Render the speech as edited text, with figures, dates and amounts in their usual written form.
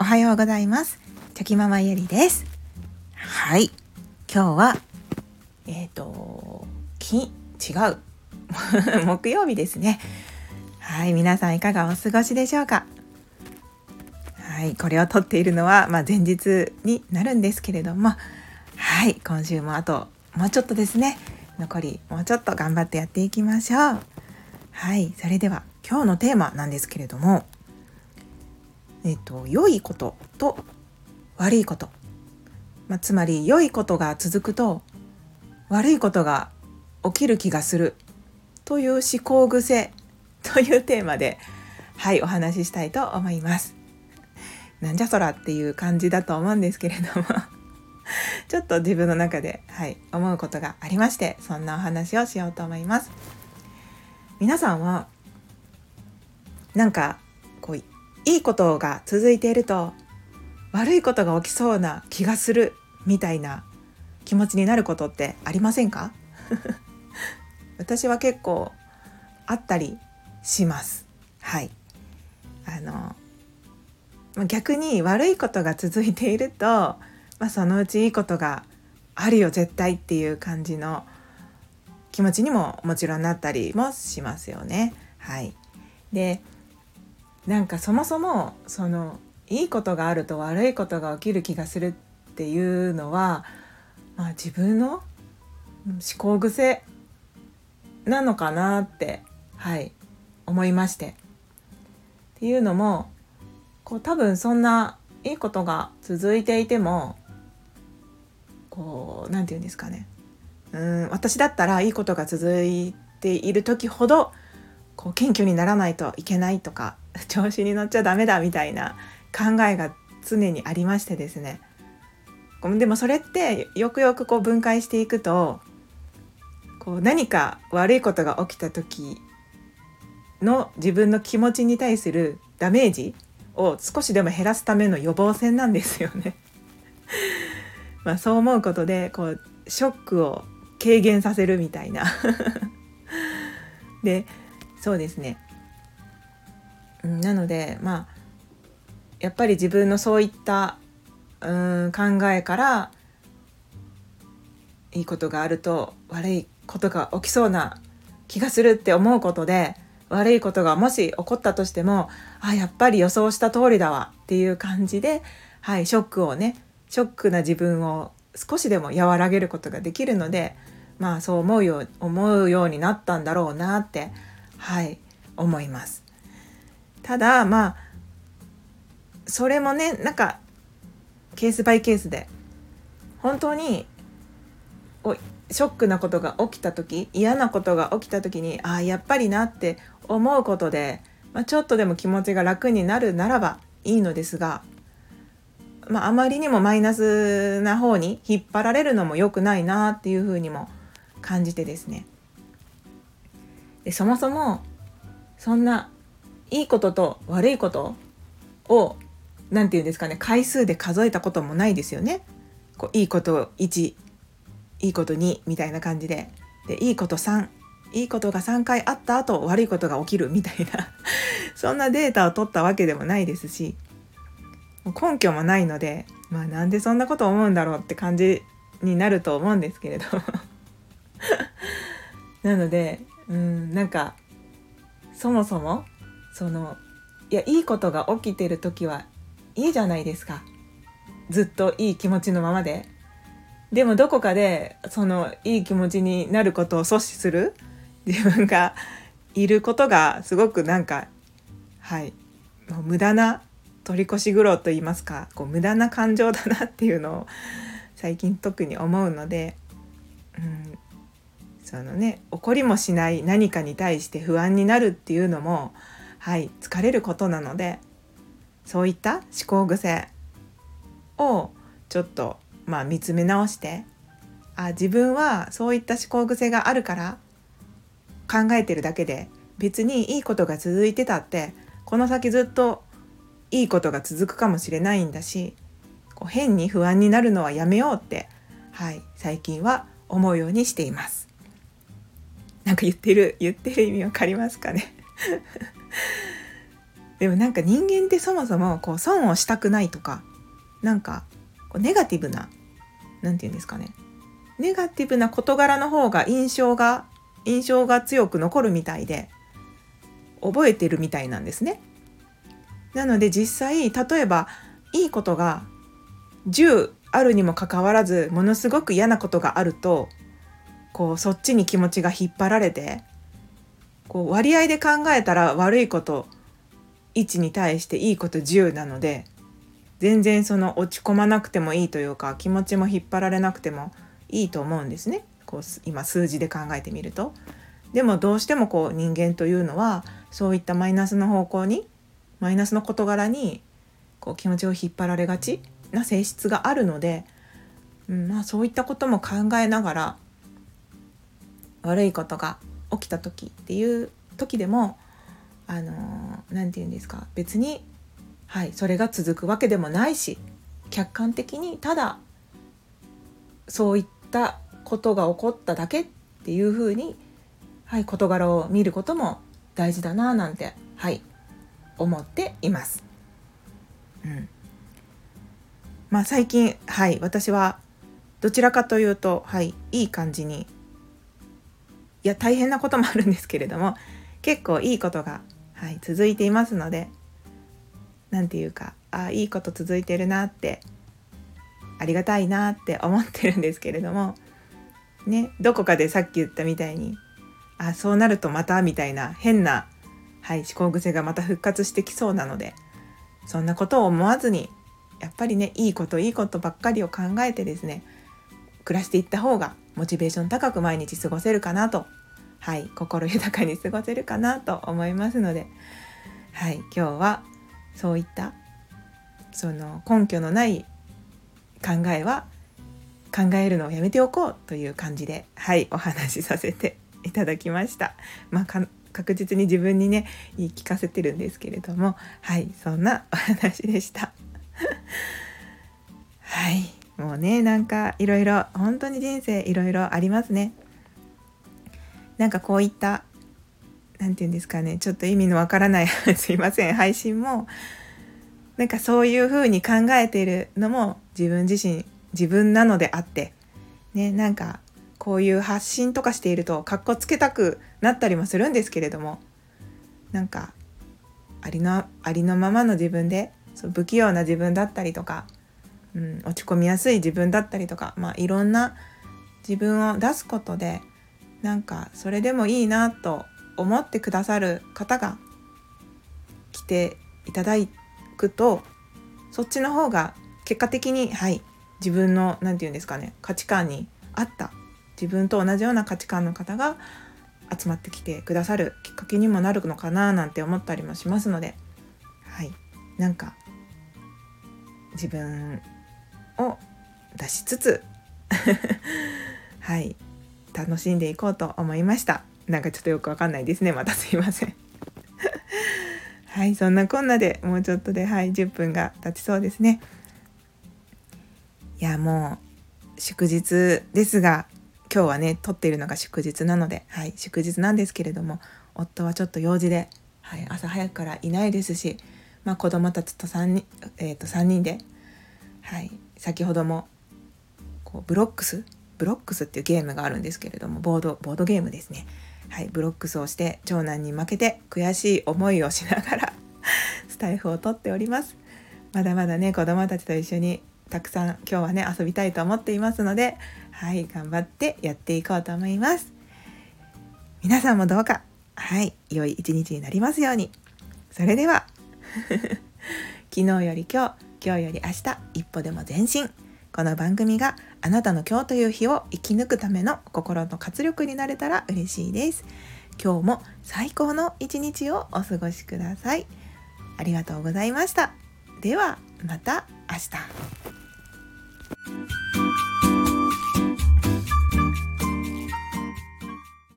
はようございます。チョキママゆりです。はい、今日は違う木曜日ですね。はい、皆さんいかがお過ごしでしょうか。はい、これを撮っているのは前日になるんですけれども、はい、今週もあともうちょっとですね。残りもうちょっと頑張ってやっていきましょう。はい、それでは今日のテーマなんですけれども、良いことと悪いこと、つまり良いことが続くと悪いことが起きる気がするという思考癖というテーマで、お話ししたいと思います。なんじゃそらっていう感じだと思うんですけれどもちょっと自分の中で、思うことがありまして、そんなお話をしようと思います。皆さんはなんかいいことが続いていると悪いことが起きそうな気がするみたいな気持ちになることってありませんか？私は結構あったりします。逆に悪いことが続いていると、そのうちいいことがあるよ絶対っていう感じの気持ちにももちろんなったりもしますよね。で、そもそもいいことがあると悪いことが起きる気がするっていうのは、自分の思考癖なのかなって、思いまして。っていうのも多分そんないいことが続いていてもなんていうんですかね、私だったらいいことが続いている時ほど謙虚にならないといけないとか、調子に乗っちゃダメだみたいな考えが常にありましてですね。でもそれってよくよく分解していくと、何か悪いことが起きた時の自分の気持ちに対するダメージを少しでも減らすための予防線なんですよね。そう思うことでショックを軽減させるみたいなで、そうですね。なのでやっぱり自分のそういった考えからいいことがあると悪いことが起きそうな気がするって思うことで、悪いことがもし起こったとしてもやっぱり予想した通りだわっていう感じで、ショックな自分を少しでも和らげることができるので、そう思うようになったんだろうなって、思います。ただそれもね、ケースバイケースで、本当にショックなことが起きた時、嫌なことが起きた時にやっぱりなって思うことで、ちょっとでも気持ちが楽になるならばいいのですが、あまりにもマイナスな方に引っ張られるのも良くないなっていうふうにも感じてですね。で、そもそもそんないいことと悪いことを回数で数えたこともないですよね。いいこと1、いいこと2みたいな感じで、いいこと3、いいことが3回あった後悪いことが起きるみたいなそんなデータを取ったわけでもないですし、根拠もないので、なんでそんなこと思うんだろうって感じになると思うんですけれどなのでそもそもいいことが起きてる時はいいじゃないですか。ずっといい気持ちのままで。でもどこかでいい気持ちになることを阻止する自分がいることがすごく無駄な取り越し苦労と言いますか、無駄な感情だなっていうのを最近特に思うので、起こりもしない何かに対して不安になるっていうのも疲れることなので、そういった思考癖をちょっと見つめ直して、自分はそういった思考癖があるから考えてるだけで、別にいいことが続いてたってこの先ずっといいことが続くかもしれないんだし、変に不安になるのはやめようって、最近は思うようにしています。言ってる意味わかりますかねでもなんか人間ってそもそもこう損をしたくないとか、なんかこうネガティブな、なんていうんですかね、ネガティブな事柄の方が印象が強く残るみたいで、覚えてるみたいなんですね。なので実際、例えばいいことが10あるにもかかわらず、ものすごく嫌なことがあると、こうそっちに気持ちが引っ張られて、こう割合で考えたら悪いこと1に対していいこと10なので、全然その落ち込まなくてもいいというか、気持ちも引っ張られなくてもいいと思うんですね。こう今数字で考えてみると。でもどうしてもこう人間というのは、そういったマイナスの方向に、マイナスの事柄にこう気持ちを引っ張られがちな性質があるので、そういったことも考えながら、悪いことが起きた時っていう時でも、なんていうんですか、別に、それが続くわけでもないし、客観的にただそういったことが起こっただけっていうふうに、事柄を見ることも大事だななんて、思っています。最近、私はどちらかというと、いい感じに、いや大変なこともあるんですけれども、結構いいことが、続いていますので、なんていうか、いいこと続いてるなって、ありがたいなって思ってるんですけれどもね、どこかでさっき言ったみたいに、そうなるとまたみたいな変な、思考癖がまた復活してきそうなので、そんなことを思わずに、やっぱりね、いいことばっかりを考えてですね、暮らしていった方がモチベーション高く毎日過ごせるかなと、心豊かに過ごせるかなと思いますので、今日はそういったその根拠のない考えは考えるのをやめておこうという感じで、お話しさせていただきました。確実に自分にね、言い聞かせてるんですけれども、そんなお話でしたもうね、なんかいろいろ、本当に人生いろいろありますね。なんかこういった、なんていうんですかね、ちょっと意味のわからないすいません、配信もなんかそういう風に考えているのも自分なのであってね、なんかこういう発信とかしているとかっこつけたくなったりもするんですけれども、なんかありのままの自分で、不器用な自分だったりとか、落ち込みやすい自分だったりとか、いろんな自分を出すことで、なんかそれでもいいなと思ってくださる方が来ていただくと、そっちの方が結果的に、自分のなんていうんですかね、価値観に合った自分と同じような価値観の方が集まってきてくださるきっかけにもなるのかななんて思ったりもしますので、なんか自分を出しつつ楽しんでいこうと思いました。なんかちょっとよくわかんないですね、またすいませんそんなこんなでもうちょっとで10分が経ちそうですね。いや、もう祝日ですが、今日はね撮っているのが祝日なので、祝日なんですけれども、夫はちょっと用事で、朝早くからいないですし、子供たちと3人で、先ほどもこうブロックスっていうゲームがあるんですけれども、ボードゲームですね。ブロックスをして長男に負けて悔しい思いをしながらスタイフを撮っております。まだまだね、子供たちと一緒にたくさん今日はね遊びたいと思っていますので、頑張ってやっていこうと思います。皆さんもどうか良い一日になりますように。それでは昨日より今日より明日、一歩でも前進。この番組があなたの今日という日を生き抜くための心の活力になれたら嬉しいです。今日も最高の一日をお過ごしください。ありがとうございました。ではまた明日。